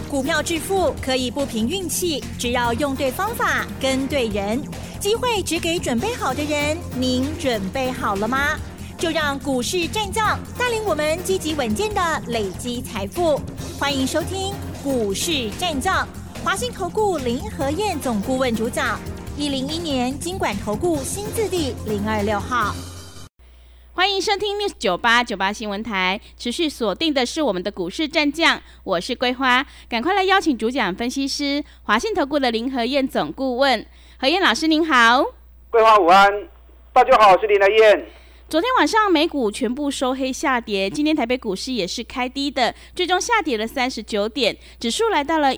股票致富可以不凭运气，只要用对方法、跟对人。机会只给准备好的人，您准备好了吗？就让股市战将带领我们积极稳健的累积财富。欢迎收听股市战将，华信投顾林和彥总顾问主讲，101年金管投顾新字第026号。 欢迎收听 News 98新闻台，持续锁定的是我们的股市战将，我是桂花，赶快来邀请主讲分析师华信投顾的林和彥总顾问，和彥老师您好。 桂花午安，大家好，我是林和彥。 昨天晚上美股全部收黑下跌，今天台北股市也是开低的，最终下跌了39点，指数来到了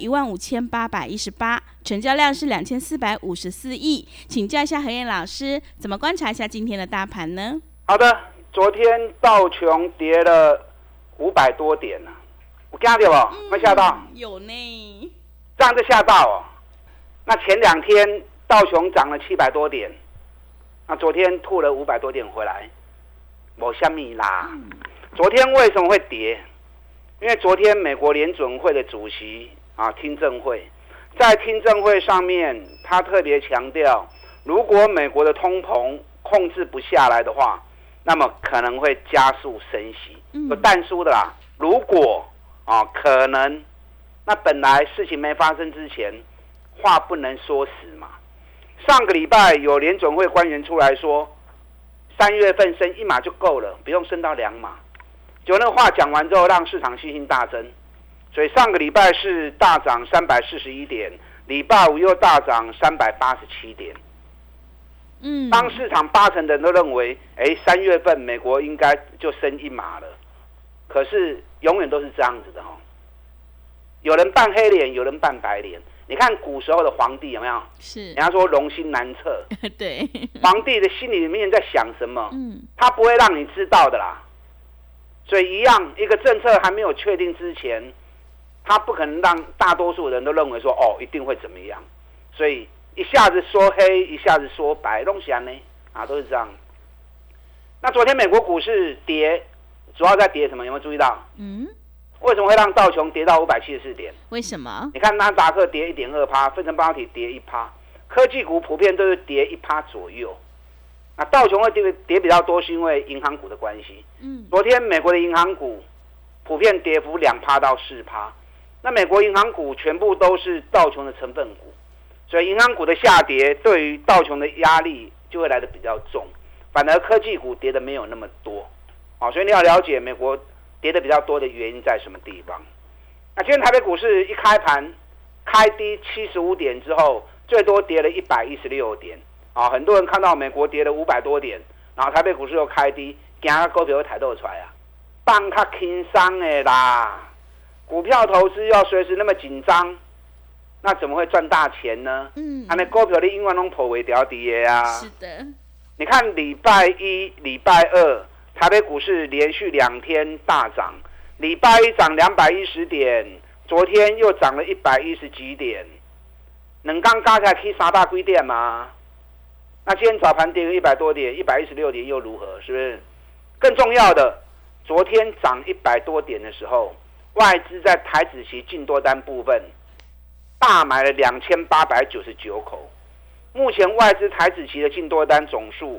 15818，成交量是2454亿。请教一下和彥老师，怎么观察一下今天的大盘呢？ 好的，昨天道琼跌了500多点啊，我惊到不？没吓到？ 有呢， 这样就吓到哦。那前2天道琼涨了700多点，那昨天吐了500多点回来。没什么啦。昨天为什么会跌？因为昨天美国联准会的主席听证会，在听证会上面，他特别强调，如果美国的通膨控制不下来的话，那么可能会加速升息。有但书的啦。如果可能，那本来事情没发生之前，话不能说死嘛。上个礼拜有联准会官员出来说，3月份升1码就够了，不用升到2码。结果那个话讲完之后，让市场信心大增，所以上个礼拜是大涨341点，礼拜五又大涨387点。当市场80%的人都认为，3月份美国应该就升1码了，可是永远都是这样子的哦。有人扮黑脸，有人扮白脸。你看古时候的皇帝有没有？ 是， 人家说龙心难测。 对， 皇帝的心里面在想什么？他不会让你知道的啦。所以一样，一个政策还没有确定之前，他不可能让大多数人都认为说一定会怎么样。所以一下子说黑，一下子说白，弄起来呢都是这样。那昨天美国股市跌，主要在跌什么？有没有注意到？为什么会让道琼跌到574点？ 为什么？ 你看纳斯达克跌 1.2%， 费城半导体跌 1%， 科技股普遍都是跌 1% 左右。那道琼会跌比较多，是因为银行股的关系。昨天美国的银行股普遍跌幅2% 到4%。那美国银行股全部都是道琼的成分股，所以银行股的下跌对于道琼的压力就会来得比较重，反而科技股跌的没有那么多。所以你要了解美国跌的比较多的原因在什么地方。那今天台北股市一开盘开低75点之后，最多跌了116点。很多人看到美国跌了500多点，然后台北股市又开低，惊到股票又抬倒出来啊，放较轻松的啦。股票投资要随时那么紧张，那怎么会赚大钱呢？那股票的永远都破不掉的啊。 是的。你看礼拜一、礼拜二，台北股市连续2天大涨，礼拜一涨210点，昨天又涨了110几点，两天加起来去300几点嘛。那今天早盘跌了100多点，116点又如何？是不是？更重要的，昨天涨100多点的时候，外资在台指期净多单部分大买了2899口，目前外资台指期的净多单总数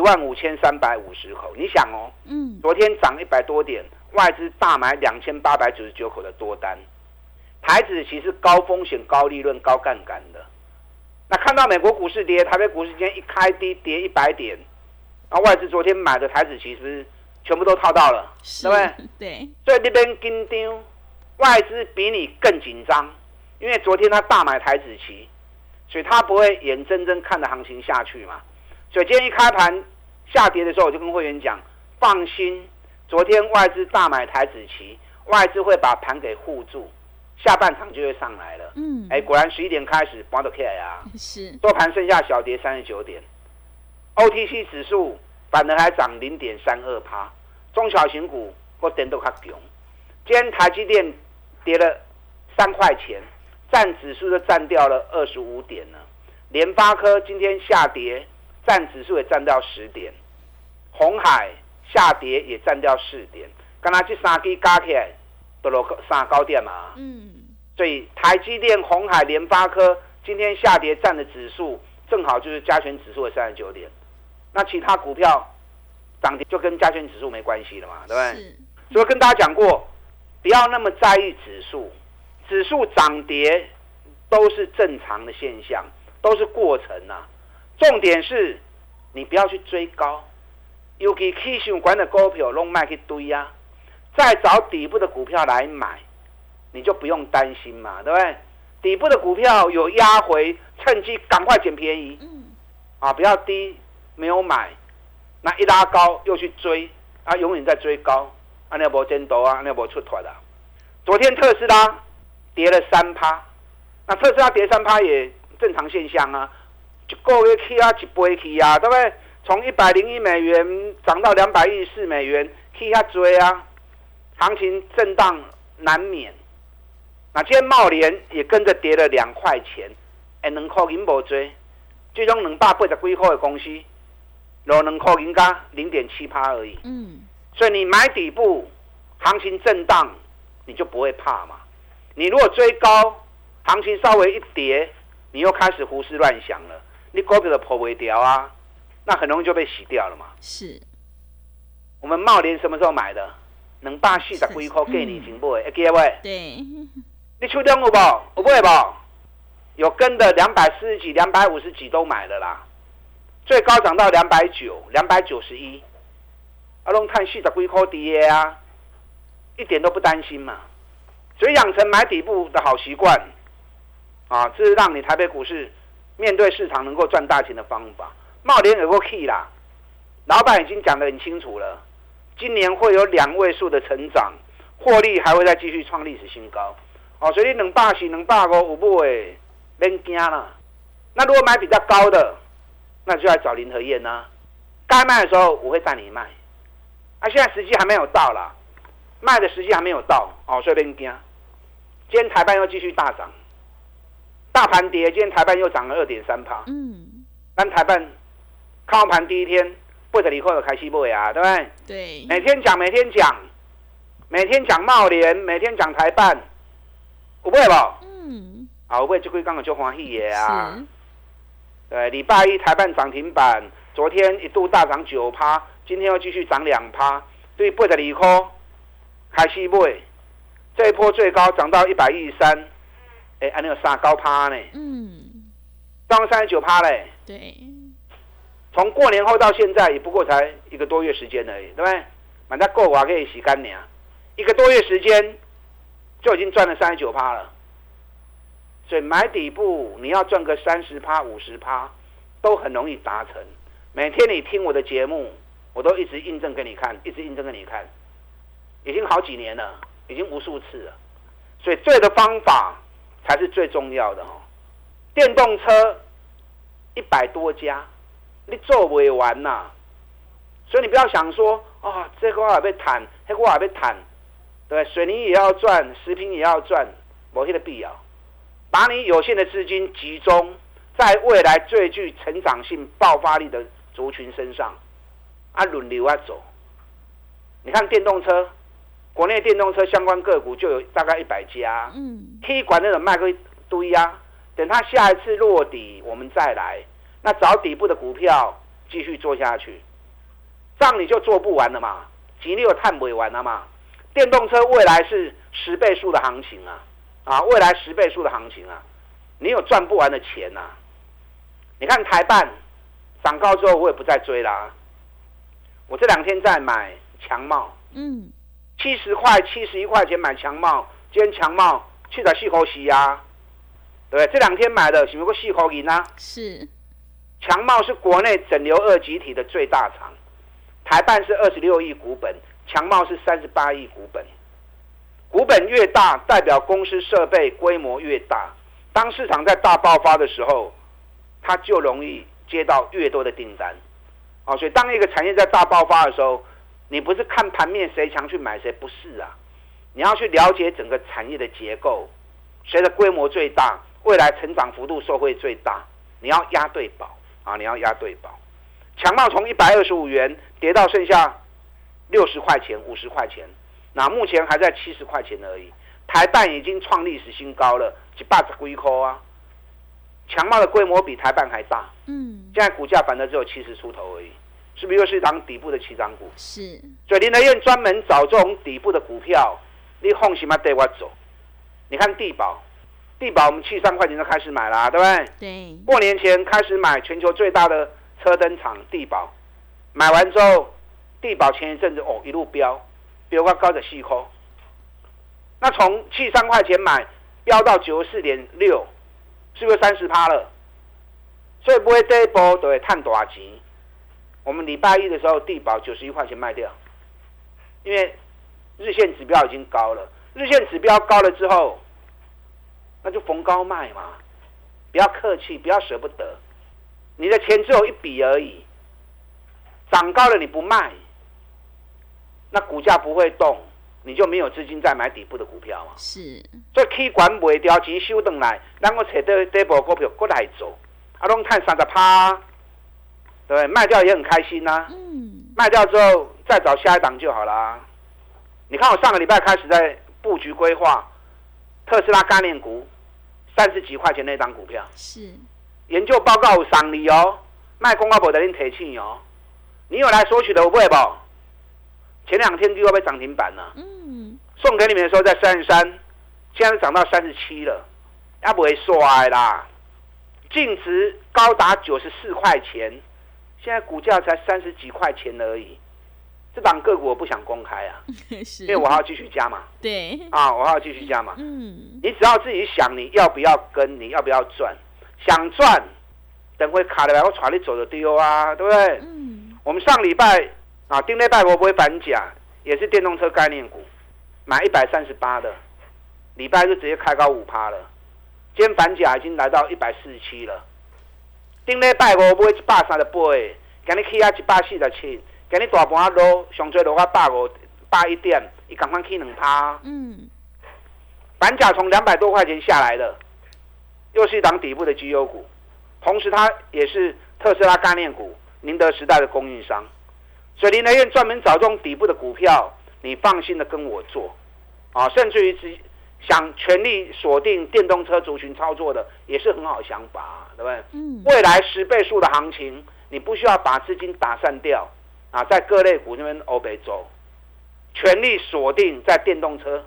15350口。你想昨天涨100多点，外资大买2899口的多单，台指期是高风险、高利润、高杠杆的。那看到美国股市跌，台北股市今天一开低跌100点，外资昨天买的台指期是不是全部都套到了？对不对？ 对。 所以那边紧张，外资比你更紧张，因为昨天他大买台指期，所以他不会眼睁睁看着行情下去嘛。所以今天一开盘下跌的时候，我就跟会员讲，放心，昨天外资大买台指期，外资会把盘给护住，下半场就会上来了。果然11点开始盘就起来啊， 是多盘剩下小跌39点 ，OTC 指数反而还涨0.32%，中小型股或点都较强。今天台积电跌了3块钱，占指数就占掉了25点了。联发科今天下跌，占指数也占掉10点。鸿海下跌也占掉4点。刚才这3支加起来都落39点嘛。 所以台积电、鸿海、联发科今天下跌占的指数，正好就是加权指数的39点。那其他股票涨跌就跟加权指数没关系了嘛，对不对？所以跟大家讲过，不要那么在意指数，指数涨跌都是正常的现象，都是过程啊。重点是你不要去追高，尤其起上管的股票都卖去堆啊，再找底部的股票来买，你就不用担心嘛，对不对？底部的股票有压回，趁机赶快捡便宜，不要低没有买，那一拉高又去追啊，永远在追高，啊，那没见头啊，那没出团啊。昨天特斯拉跌了3%，那特斯拉跌3%也正常现象啊，一个月起啊，一倍起啊，对不对？从101美元涨到214美元，起遐多啊，行情震荡难免。那今天茂联也跟着跌了2块钱，2块银无多，这种280几块的公司，2块银加0.7%而已。所以你买底部，行情震荡，你就不会怕嘛。你如果追高，行情稍微一跌，你又开始胡思乱想了，你股票就破不掉啊，那很容易就被洗掉了嘛。 是。 我们茂联什么时候买的？240几块，给你钱买，会记得不？ 对。 你手中有无？有买无？有跟的240几、250几都买了啦，最高涨到290、291，拢看40几块跌啊，一点都不担心嘛。所以养成买底部的好习惯啊，这是让你台北股市面对市场能够赚大钱的方法。茂联有个 key 啦，老板已经讲得很清楚了，今年会有2位数的成长，获利还会再继续创历史新高。所以你240、250有买，免惊啦。那如果买比较高的，那就来找林和燕啊。该卖的时候我会带你卖，现在时机还没有到啦，卖的时机还没有到，所以免惊。今天台半又继续大涨，大盘跌，今天台半又涨了2.3%。咱台半开盘第一天82块就开始买啊，对不对？ 对。 每天讲茂联，每天讲台半。有买无？有买这几天就欢喜的啊。对，礼拜一台半涨停板，昨天一度大涨9%，今天又继续涨2%，对82块开始买，这一波最高涨到113，安尼有39%呢。涨39%嘞。 对。 从过年后到现在也不过才1个多月时间而已，对不对？满在过完可以洗干净，1个多月时间。就已经赚了39%了，所以买底部你要赚个30%、50%都很容易达成。每天你听我的节目，我都一直印证给你看，已经好几年了，已经无数次了。所以对的方法才是最重要的哦。电动车100多家，你做不完呐。所以你不要想说这个我也要谈，那个我也要谈。对，水泥也要赚，食品也要赚，没那个必要。把你有限的资金集中在未来最具成长性、爆发力的族群身上，轮流走。你看电动车，国内电动车相关个股就有大概100家，可以管那种卖个堆啊。等它下一次落底，我们再来，那找底部的股票继续做下去，账你就做不完了嘛，钱你就赚不完了嘛。电动车未来是10倍数的行情未来10倍数的行情你有赚不完的钱你看台半涨高之后，我也不再追啦。我这2天在买强茂，70块、71块钱买强茂，今天强茂74块4啊，对不对？这2天买的是不是4块银啊？ 是。 强茂是国内整流2极体的最大厂，台半是26亿股本。强茂是38亿股本，股本越大，代表公司设备规模越大。当市场在大爆发的时候，它就容易接到越多的订单。所以当一个产业在大爆发的时候，你不是看盘面谁强去买谁，不是啊，你要去了解整个产业的结构，谁的规模最大，未来成长幅度受惠最大，你要押对宝你要押对宝。强茂从125元跌到剩下60块钱、50块钱，那目前还在70块钱而已。 台办已经创历史新高了，110几块啊，强茂的规模比台办还大。现在股价反正只有70出头而已，是不是又是一档底部的起涨股？ 是。 所以林德燕专门找这种底部的股票，你放心吗？带我走。你看地保我们73块钱就开始买啦，对不对？ 对。 过年前开始买全球最大的车灯厂地保，买完之后，地保前一阵子一路飙到94块。那从73块钱买飙到94.6，是不是30%了？所以不会这一波都会赚大钱。我们礼拜一的时候，地保91块钱卖掉，因为日线指标已经高了。日线指标高了之后，那就逢高卖嘛，不要客气，不要舍不得。你的钱只有一笔而已，涨高了你不卖，那股价不会动，你就没有资金再买底部的股票嘛。 是。 所以起管卖掉钱收回来，咱我找到底部股票过来做，拢赚30%，对不对？卖掉也很开心啊。卖掉之后再找下一档就好啦。你看我上个礼拜开始在布局规划特斯拉概念股30几块钱那档股票， 是研究报告有送你哦，卖公告不得你提醒哦。你有来索取的有买不？前2天就要被涨停板了。送给你们的时候在33，现在涨到37了，也不会衰啦。净值高达94块钱，现在股价才30几块钱而已。这档个股我不想公开啊，因为我还要继续加码。 对啊，我还要继续加码。你只要自己想你要不要跟，你要不要赚，想赚，等会卡了来我带你走就对啊，对不对？我们上礼拜啊，顶礼拜我不会反甲，也是电动车概念股，买138的，礼拜就直接开高5%了。今天反甲已经来到147了。顶礼拜我不会138，今日起啊147。今日大盘落，上最落到151点，伊赶快起2%。板甲从200多块钱下来了，又是一档底部的绩优股，同时它也是特斯拉概念股、宁德时代的供应商，所以林德燕专门找这种底部的股票，你放心的跟我做，甚至于想全力锁定电动车族群操作的，也是很好的想法，对不对？未来10倍数的行情，你不需要把资金打散掉。在各类股那边欧北走，全力锁定在电动车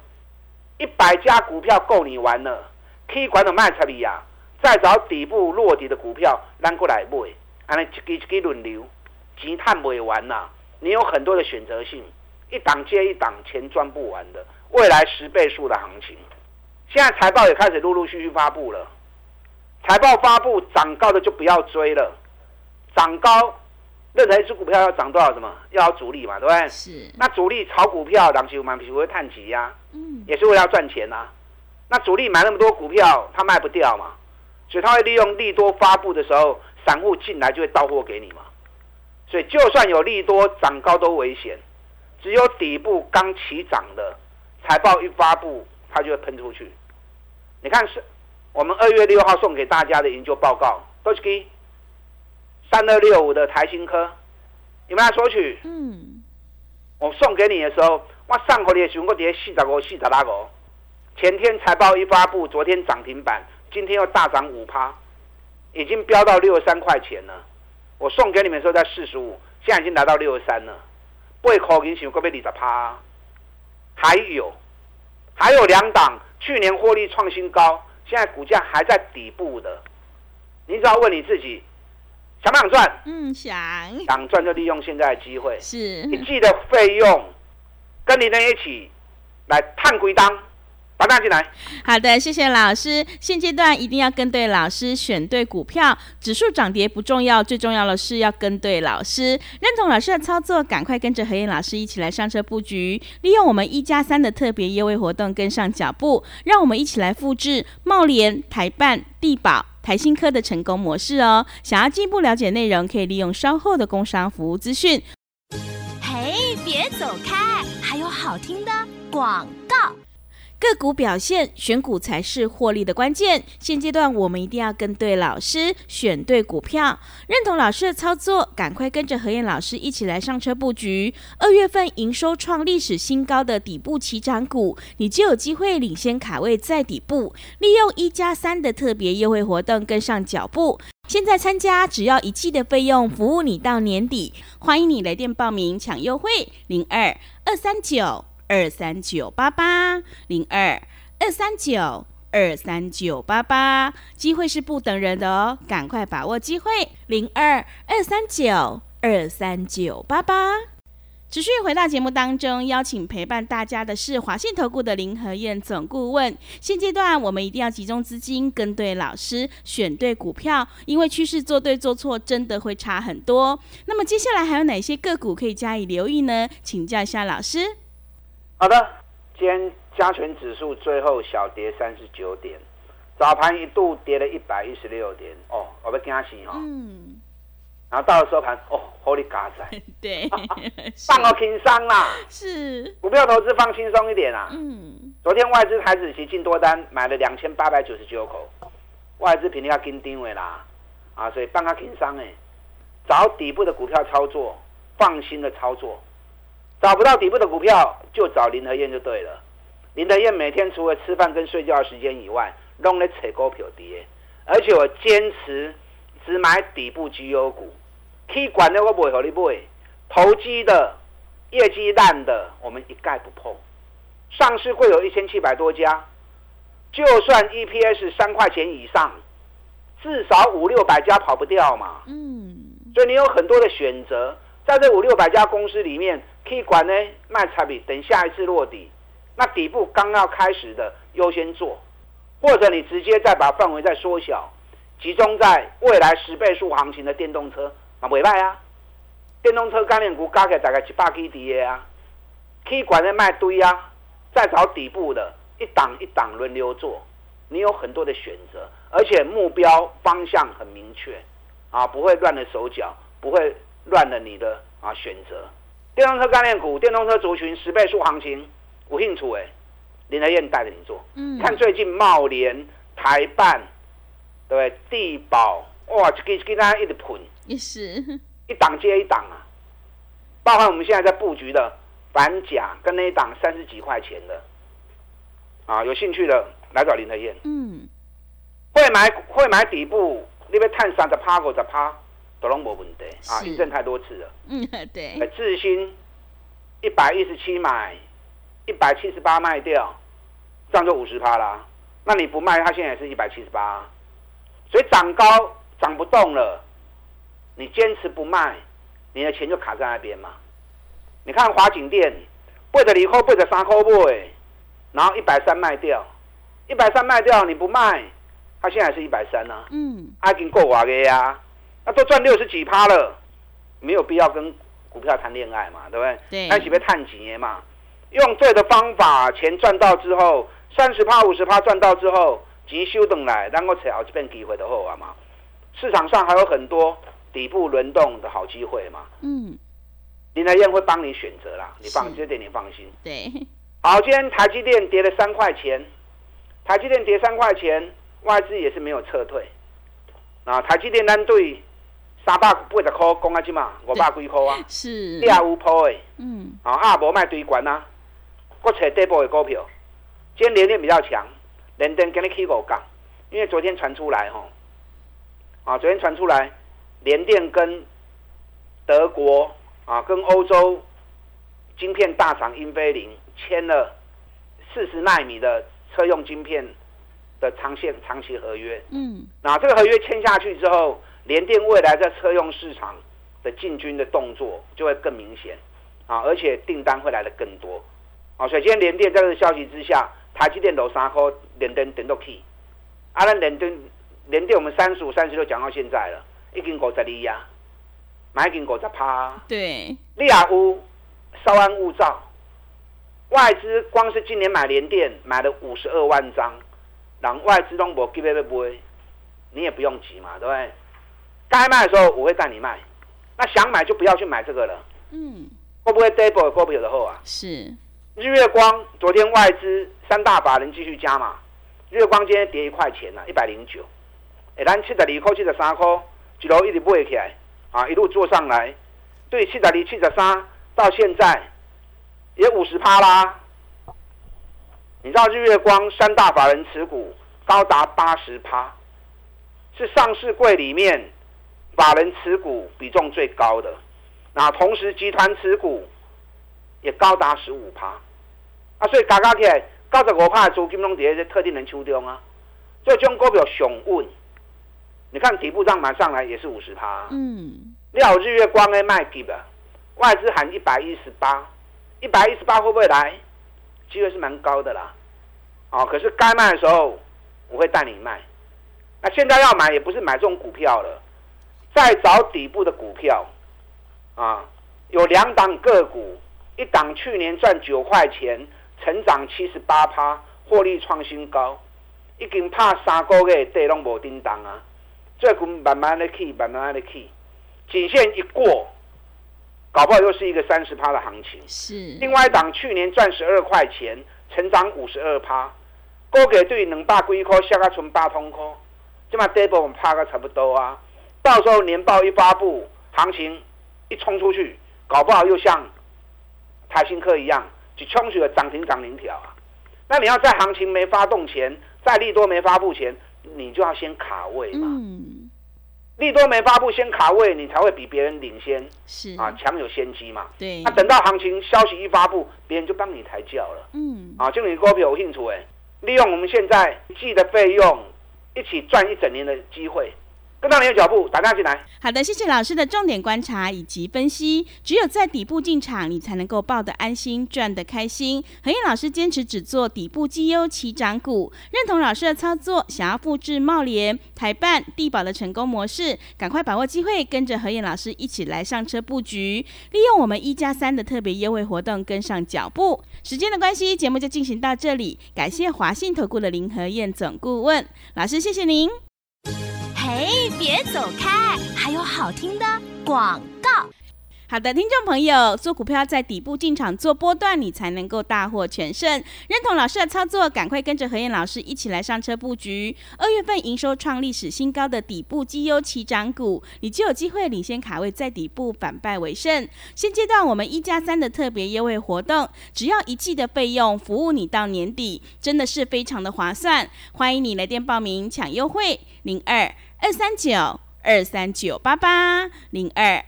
，100家股票够你玩了。K 管的卖出去啊，再找底部落底的股票，咱过来买，安尼一支轮流，钱赚不完呐。你有很多的选择性，一档接一档，钱赚不完的。未来10倍数的行情，现在财报也开始陆陆续续发布了。财报发布涨高的就不要追了，涨高。任何一只股票要涨多少什么？要有主力嘛，对不对？ 是。那主力炒股票，人是蛮会探息呀，也是为了要赚钱啊。那主力买那么多股票，他卖不掉嘛，所以他会利用利多发布的时候，散户进来就会到货给你嘛。所以就算有利多涨高都危险，只有底部刚起涨的财报一发布，它就会喷出去。你看是我们2月6号送给大家的研究报告，都是给。3265的台新科，有没有索取？我送给你的时候，我上回的时候我在45、46，前天财报一发布，昨天涨停板，今天又大涨5%，已经飙到63块钱了。我送给你们的时候在45，现在已经来到63了，8块钱想过要20%。还有2档，去年获利创新高，现在股价还在底部的，你只要问你自己。想不想赚？想赚就利用现在的机会。 是， 一季的费用，跟你们一起来探归档，把它进来。 好的，谢谢老师。现阶段一定要跟对老师，选对股票。指数涨跌不重要，最重要的是要跟对老师。认同老师的操作，赶快跟着何燕老师一起来上车布局，利用我们1+3的特别优惠活动跟上脚步，让我们一起来复制茂联、台办、地保。台新科的成功模式哦，想要进一步了解内容，可以利用稍后的工商服务资讯。 嘿，别走开，还有好听的广告。 个股表现，选股才是获利的关键。现阶段我们一定要跟对老师，选对股票，认同老师的操作，赶快跟着何燕老师一起来上车布局。2月份营收创历史新高的底部起涨股，你就有机会领先卡位在底部，利用1+3的特别优惠活动跟上脚步。现在参加只要1季的费用，服务你到年底。欢迎你来电报名抢优惠，02-239-23988，02-239-23988，机会是不等人的哦，赶快把握机会，02-239-23988。持续回到节目当中，邀请陪伴大家的是华信投顾的林和燕总顾问。现阶段我们一定要集中资金，跟对老师，选对股票，因为趋势做对做错真的会差很多。那么接下来还有哪些个股可以加以留意呢？请教一下老师。 好的，今天加权指数最后小跌39点，早盘一度跌了116点，我要惊死哈。然后到了收盘，火力嘎仔， 对， 放好轻松啦， 是股票投资放轻松一点啦。昨天外资台指期净多单买了2899口，外资平要跟定位啦，所以放较轻松诶，找底部的股票操作，放心的操作，找不到底部的股票就找林和燕就对了。林和燕每天除了吃饭跟睡觉的时间以外，都在找股票跌，而且我坚持只买底部绩优股。起管的我不会和你买，投机的、业绩烂的，我们一概不碰。上市会有1700多家，就算 EPS 3块钱以上，至少500-600家跑不掉嘛。所以你有很多的选择，在这500-600家公司里面，起管呢卖差别，等下一次落底，那底部刚要开始的优先做，或者你直接再把范围再缩小，集中在未来10倍数行情的电动车。不错啊，电动车概念股加起来大概100基底的啊，起管的卖堆啊，再找底部的，一档一档轮流做，你有很多的选择，而且目标方向很明确不会乱了手脚，不会乱了你的选择。电动车概念股、电动车族群10倍数行情，有兴趣的，林和燕带着你做。看最近茂联、台办，对不对？地保，哇，一个那一直喷。 也是一档接一档啊，包含我们现在在布局的反甲跟那一档30几块钱的有兴趣的来找林和燕。会买底部，你要探30%、50%都拢没问题印证太多次了。 对。 智新117买，178卖掉，这样就50%啦。那你不卖，它现在也是178，所以涨高涨不动了。你坚持不卖，你的钱就卡在那边嘛。你看华景店82块83块买，然后130卖掉，130卖掉你不卖，它现在是130啊。已经够瓦的呀，那都赚60几%了，没有必要跟股票谈恋爱嘛，对不对？ 对。 那是要赚钱嘛，用对的方法，钱赚到之后，30%、50%赚到之后，钱收回来，然后找后一遍机会就好啊嘛。市场上还有很多底部轮动的好机会嘛，林和燕会帮你选择啦，这点你放心。 对， 好，今天台积电跌了3块钱，台积电跌3块钱，外资也是没有撤退。台积电咱对380块，讲到这嘛500几块啊， 是你也有铺的，无卖堆管啊，我找底部的股票。今天联电比较强，联电今天起5港，因为昨天传出来昨天传出来。联电跟德国跟欧洲晶片大厂英飞凌签了40奈米的车用晶片的长期合约。那这个合约签下去之后，联电未来在车用市场的进军的动作就会更明显而且订单会来得更多所以今天联电在这个消息之下，台积电3块，联电点都起咱联电我们35、36讲到现在了。已经52啊，已经50%。 对， 你也有稍安勿躁。外资光是今年买联电买了52万张，让外资都没急要买，你也不用急嘛，对不对？该卖的时候我会带你卖，那想买就不要去买这个了。会不会 double 的股票就好啊？ 是。 日月光昨天外资三大法人继续加码，日月光今天跌1块钱了，109。咱72块、73块，一路一直买起来，一路做上来，对72、73到现在也50%啦。你知道日月光三大法人持股高达80%，是上市柜里面法人持股比重最高的。那同时集团持股也高达15%，所以加起来95%的资金拢在特定人手中啊。所以这种股票上稳，你看底部这样买上来也是50%。你有日月光的卖给了，外资喊118，118会不会来？机会是蛮高的啦。可是该卖的时候我会带你卖。那现在要买也不是买这种股票了，再找底部的股票。有2档个股，一档去年赚9块钱，成长78%，获利创新高，已经拍3个月底拢无叮当啊！最近慢慢的起，颈线一过，搞不好又是一个30%的行情。 是。另外一档去年赚12块钱，成长52%，股价对200几块，下个剩8通块，这嘛底部我们拍个差不多啊。到时候年报一发布，行情一冲出去，搞不好又像台新科一样，就冲去了涨停条啊！那你要在行情没发动前，在利多没发布前，你就要先卡位嘛。利多没发布先卡位，你才会比别人领先， 是强有先机嘛。 对。 那等到行情消息一发布，别人就帮你抬轿了。就你股票有兴趣利用我们现在季的费用，一起赚1整年的机会。跟上你的脚步，打电话进来。 好的，谢谢老师的重点观察以及分析。只有在底部进场，你才能够抱得安心，赚得开心。和晏老师坚持只做底部绩优起涨股，认同老师的操作，想要复制茂联、台办、地保的成功模式，赶快把握机会，跟着和晏老师一起来上车布局，利用我们1+3的特别优惠活动，跟上脚步。时间的关系，节目就进行到这里，感谢华信投顾的林和晏总顾问老师，谢谢您。 嘿，别走开，还有好听的广告。 好的，听众朋友，做股票在底部进场做波段，你才能够大获全胜。认同老师的操作，赶快跟着和晏老师一起来上车布局。2月份营收创历史新高的底部绩优起涨股，你就有机会领先卡位，在底部反败为胜。现阶段我们1+3的特别优惠活动，只要1季的费用，服务你到年底，真的是非常的划算。欢迎你来电报名抢优惠，02-239-23988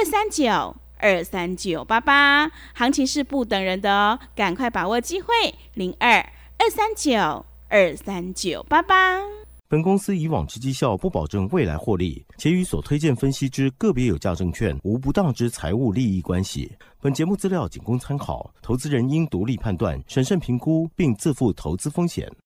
02-239-23988，行情是不等人的哦，赶快把握机会，02-239-23988。 本公司以往之绩效不保证未来获利，且与所推荐分析之个别有价证券无不当之财务利益关系。本节目资料仅供参考，投资人应独立判断、审慎评估，并自负投资风险。